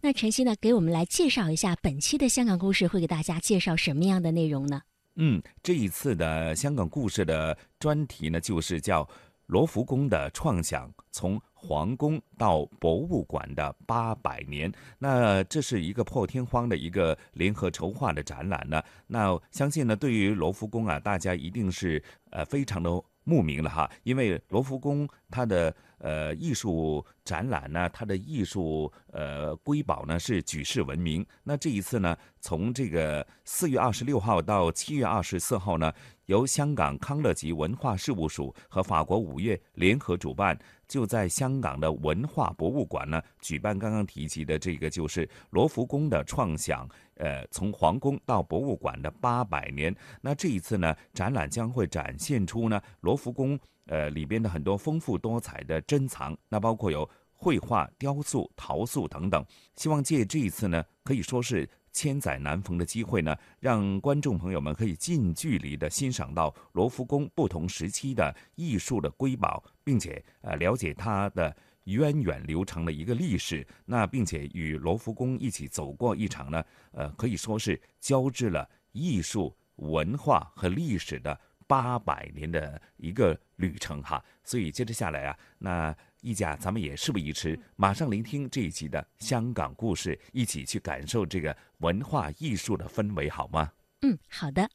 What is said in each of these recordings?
那晨曦呢，给我们来介绍一下本期的香港故事会给大家介绍什么样的内容呢？ 这一次的香港故事的专题呢，就是叫罗浮宫的创想，从皇宫到博物馆的800年。那这是一个破天荒的一个联合筹划的展览呢。那相信呢，对于罗浮宫啊，大家一定是非常的慕名了哈，因为罗浮宫它的艺术展览呢，它的艺术瑰宝呢是举世闻名。那这一次呢，从这个4月26号到7月24号呢，由香港康乐集文化事务署和法国五月联合主办，就在香港的文化博物馆呢举办刚刚提及的这个就是罗浮宫的创想。从皇宫到博物馆的800年。那这一次呢，展览将会展现出呢罗浮宫里边的很多丰富多彩的珍藏，那包括有绘画、雕塑、陶塑等等。希望借这一次呢，可以说是千载难逢的机会呢，让观众朋友们可以近距离的欣赏到罗浮宫不同时期的艺术的瑰宝，并且了解它的源远流长的一个历史，那并且与罗浮宫一起走过一场呢，可以说是交织了艺术、文化和历史的800年的一个旅程哈。所以接着下来啊，那一家咱们也事不宜迟，马上聆听这一集的香港故事，一起去感受这个文化艺术的氛围，好吗？ 好的。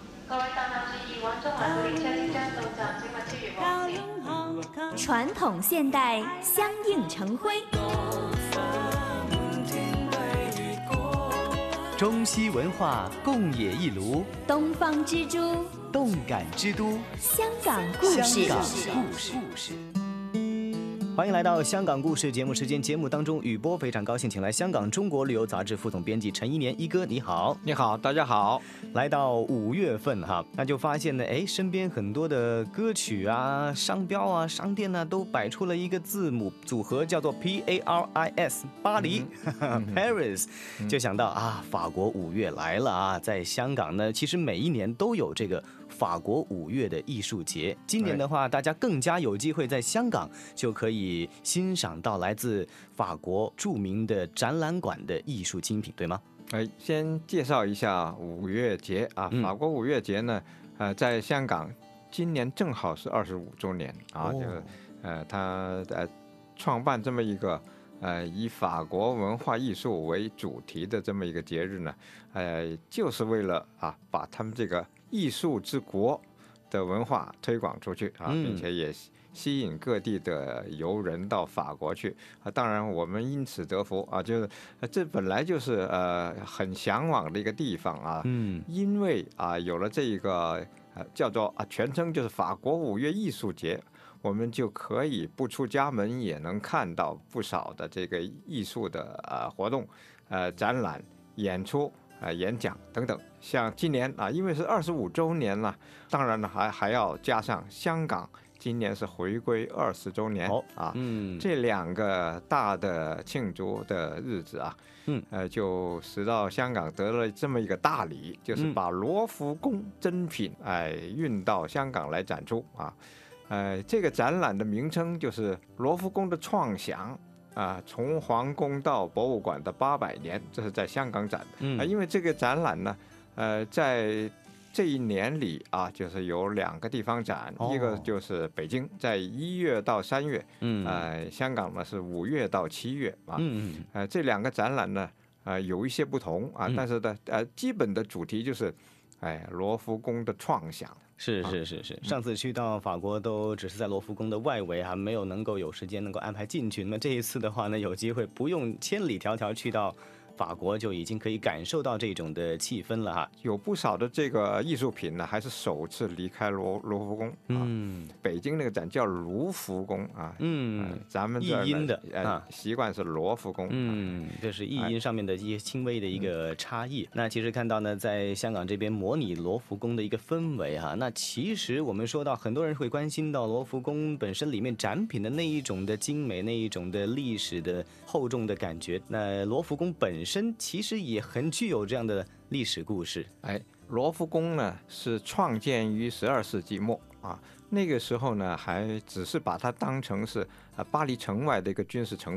传统现代相映成辉， 中西文化共冶一炉， 东方之珠， 动感之都， 香港故事。 欢迎来到香港故事节目时间。节目当中，雨波非常高兴请来香港中国旅游杂志副总编辑陈一年一哥，你好。 你好，大家好。 来到5月份哈，那就发现呢，身边很多的歌曲啊、商标啊、商店呢，都摆出了一个字母组合，叫做 PARIS 巴黎Paris， 就想到啊，法国5月来了啊。在香港呢，其实每一年都有这个法国5月的艺术节。今年的话，大家更加有机会在香港就可以欣赏到来自法国著名的展览馆的艺术精品，对吗？ 先介绍一下5月节啊。法国5月节呢，在香港今年正好是25周年啊。他创办这么一个以法国文化艺术为主题的这么一个节日呢，就是为了把他们这个艺术之国的文化推广出去啊，并且也吸引各地的游人到法国去啊。当然我们因此得福啊，就是这本来就是很向往的一个地方啊。因为有了这个叫做全称就是法国5月艺术节，我们就可以不出家门也能看到不少的这个艺术的活动、展览、演出、演讲等等。像今年因为是25周年了，当然了还要加上香港今年是回归20周年这2个大的庆祝的日子啊，就使到香港得了这么一个大礼，就是把罗浮宫珍品运到香港来展出啊。这个展览的名称就是罗浮宫的创想从皇宫到博物馆的800年，这是在香港展的。因为这个展览呢，在这一年里就是有2个地方展，一个就是北京，在1月到3月，香港呢是5月到7月这2个展览呢，有一些不同但是呢，基本的主题就是罗浮宫的创想。 是，上次去到法国都只是在罗浮宫的外围还没有能够有时间能够安排进去。那么这一次的话呢，有机会不用千里迢迢去到法国，就已经可以感受到这种的气氛了哈。 有不少的这个艺术品呢，还是首次离开罗浮宫北京那个展叫卢浮宫咱们这译音的习惯是罗浮宫这是译音上面的一些轻微的一个差异。那其实看到呢，在香港这边模拟罗浮宫的一个氛围那其实我们说到很多人会关心到罗浮宫本身里面展品的那一种的精美，那一种的历史的厚重的感觉。那罗浮宫本身其实也很具有这样的历史故事。 罗浮宫呢是创建于12世纪末那个时候呢还只是把它当成是巴黎城外的一个军事城堡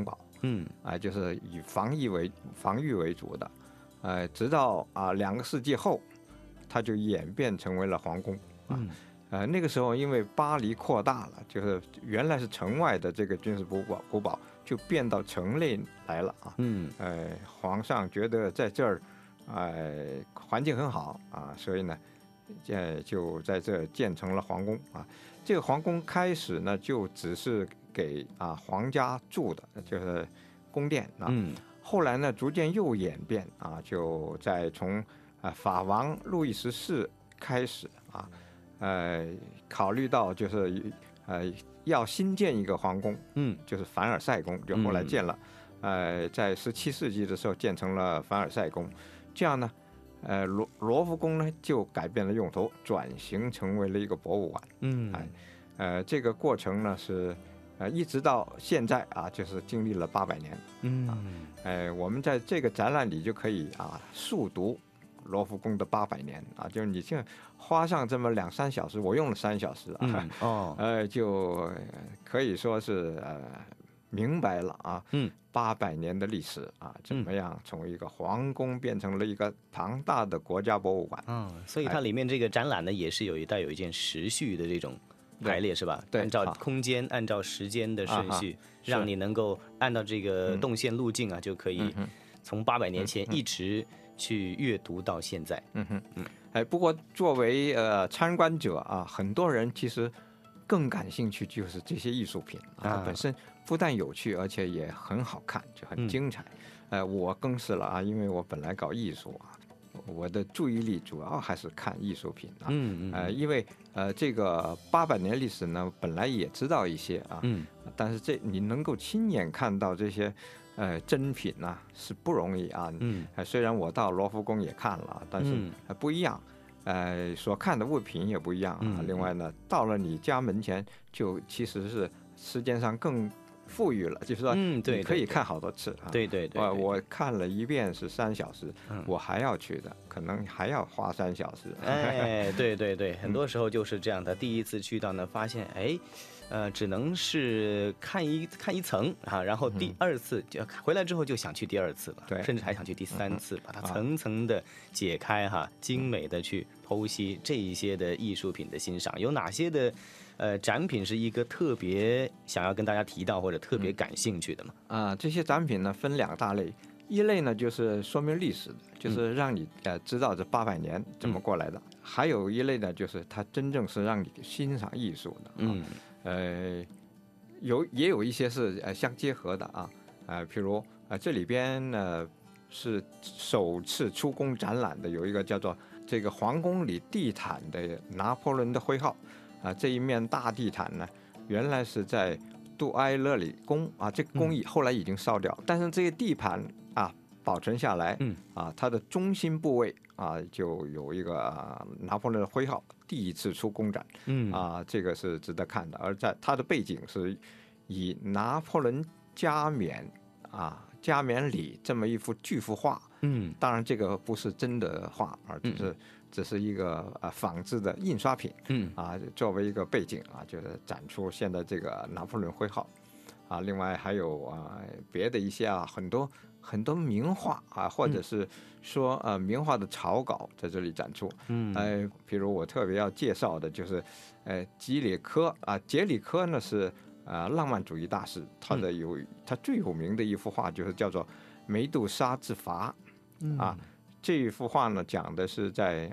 就是以防御为主的，直到2个世纪后，它就演变成为了皇宫那个时候因为巴黎扩大了，就是原来是城外的这个军事古堡就变到城内来了皇上觉得在这儿环境很好所以呢就在这儿建成了皇宫这个皇宫开始呢就只是给皇家住的，就是宫殿后来呢逐渐又演变就在从法王路易14开始考虑到就是要新建一个皇宫就是凡尔赛宫，就后来建了在17世纪的时候建成了凡尔赛宫，这样呢罗浮宫呢就改变了用途，转型成为了一个博物馆这个过程呢是一直到现在就是经历了800年我们在这个展览里就可以速读罗浮宫的800年就是你就花上这么2-3小时，我用了3小时就可以说是明白了800年的历史怎么样从一个皇宫变成了一个庞大的国家博物馆所以它里面这个展览呢也是带有一件时序的这种排列是吧？ 对， 按照空间按照时间的顺序让你能够按照这个动线路径就可以从800年前一直去阅读到现在不过作为参观者很多人其实更感兴趣就是这些艺术品它本身不但有趣而且也很好看，就很精彩我更是了因为我本来搞艺术我的注意力主要还是看艺术品因为这个800年历史呢本来也知道一些但是你能够亲眼看到这些珍品是不容易虽然我到罗浮宫也看了但是不一样所看的物品也不一样另外呢到了你家门前就其实是时间上更富裕了，就是说你可以看好多次对， 我看了一遍是3小时我还要去的，可能还要花3小时对，很多时候就是这样的，第一次去到呢发现只能是看一层然后第2次就回来之后就想去第2次了， 对， 甚至还想去第3次，把它层层的解开精美的去剖析这一些的艺术品的欣赏。有哪些的展品是一个特别想要跟大家提到或者特别感兴趣的吗？ 这些展品呢分2大类，一类呢就是说明历史的，就是让你知道这800年怎么过来的，还有一类呢就是它真正是让你欣赏艺术的也有一些是相结合的譬如这里边呢是首次出宫展览的，有一个叫做这个皇宫里地毯的拿破仑的徽号这一面大地毯呢原来是在杜埃勒里宫这个宫后来已经烧掉，但是这个地盘保存下来它的中心部位就有一个拿破仑的徽号，第一次出宫展这个是值得看的。而在它的背景是以拿破仑加冕礼这么一幅巨幅画当然这个不是真的画而只是一个仿制的印刷品作为一个背景就是展出现在这个拿破仑徽号另外还有别的一些很多名画或者是说名画的草稿在这里展出比如我特别要介绍的就是吉里科杰里科呢是浪漫主义大师，他最有名的一幅画就是叫做《梅杜莎之筏》这一幅画呢讲的是在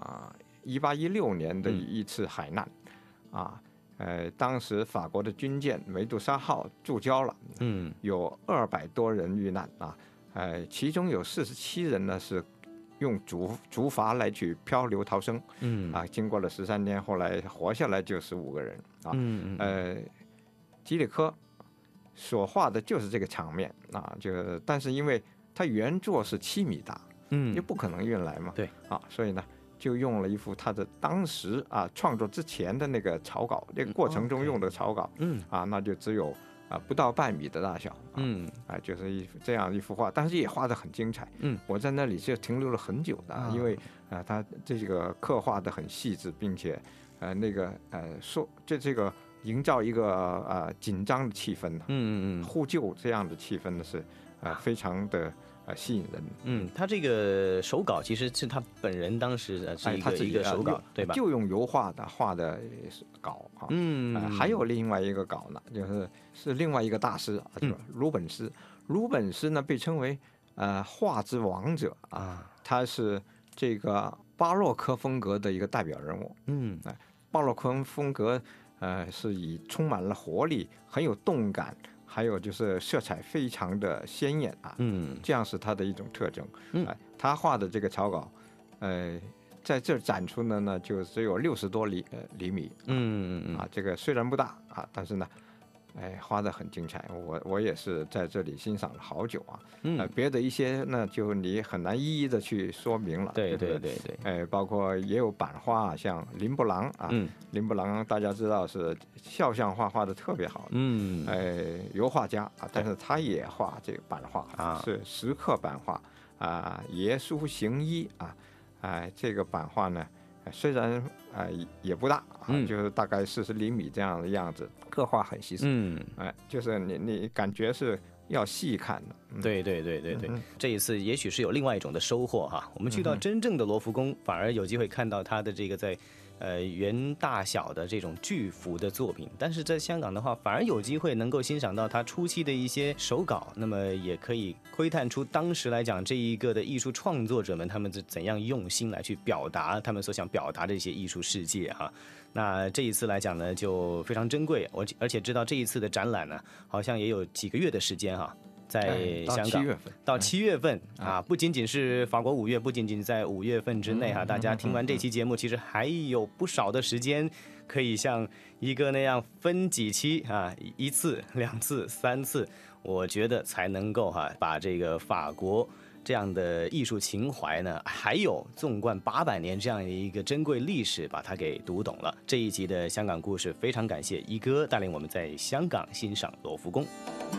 1816年的一次海难当时法国的军舰梅杜莎号注礁了有200多人遇难其中有47人呢是用竹筏来去漂流逃生经过了13天后来活下来就15个人吉里科所画的就是这个场面但是因为它原作是7米大就不可能运来嘛对所以呢就用了一幅他的当时创作之前的那个草稿，这个过程中用的草稿那就只有不到半米的大小就是这样一幅画，但是也画得很精彩我在那里就停留了很久的因为他这个刻画得很细致，并且这个营造一个紧张的气氛呢，呼救这样的气氛呢是非常的吸引人。 他这个手稿其实是他本人当时是一个手稿，对吧？ 就用油画的稿啊。还有另外一个稿呢，是另外一个大师就是鲁本斯。鲁本斯呢被称为画之王者啊，他是这个巴洛克风格的一个代表人物。巴洛克风格是以充满了活力，很有动感。还有就是色彩非常的鲜艳啊，这样是它的一种特征。他画的这个草稿，在这儿展出的呢，就只有60多厘米。这个虽然不大啊，但是呢，画得很精彩。我也是在这里欣赏了好久啊。别的一些呢，就你很难一一的去说明了。 对。 包括也有版画，像林布朗啊，林布朗大家知道是肖像画的特别好的，油画家啊，但是他也画这个版画是石刻版画耶稣行医这个版画呢，虽然也不大就是大概40厘米这样的样子，刻画很细致，就是你感觉是要细看的。 对，这一次也许是有另外一种的收获哈。我们去到真正的罗浮宫，反而有机会看到他的这个在原大小的这种巨幅的作品，但是在香港的话，反而有机会能够欣赏到他初期的一些手稿，那么也可以窥探出当时来讲这一个的艺术创作者们他们是怎样用心来去表达他们所想表达的一些艺术世界哈。那这一次来讲呢，就非常珍贵，而且知道这一次的展览呢，好像也有几个月的时间哈。在香港到7月份不仅仅是法国5月，不仅仅在5月份之内哈，大家听完这期节目，其实还有不少的时间可以像一个那样分几期1次、2次、3次，我觉得才能够把这个法国这样的艺术情怀呢，还有纵贯800年这样的一个珍贵历史，把它给读懂了。这一集的香港故事，非常感谢一哥带领我们在香港欣赏罗浮宫。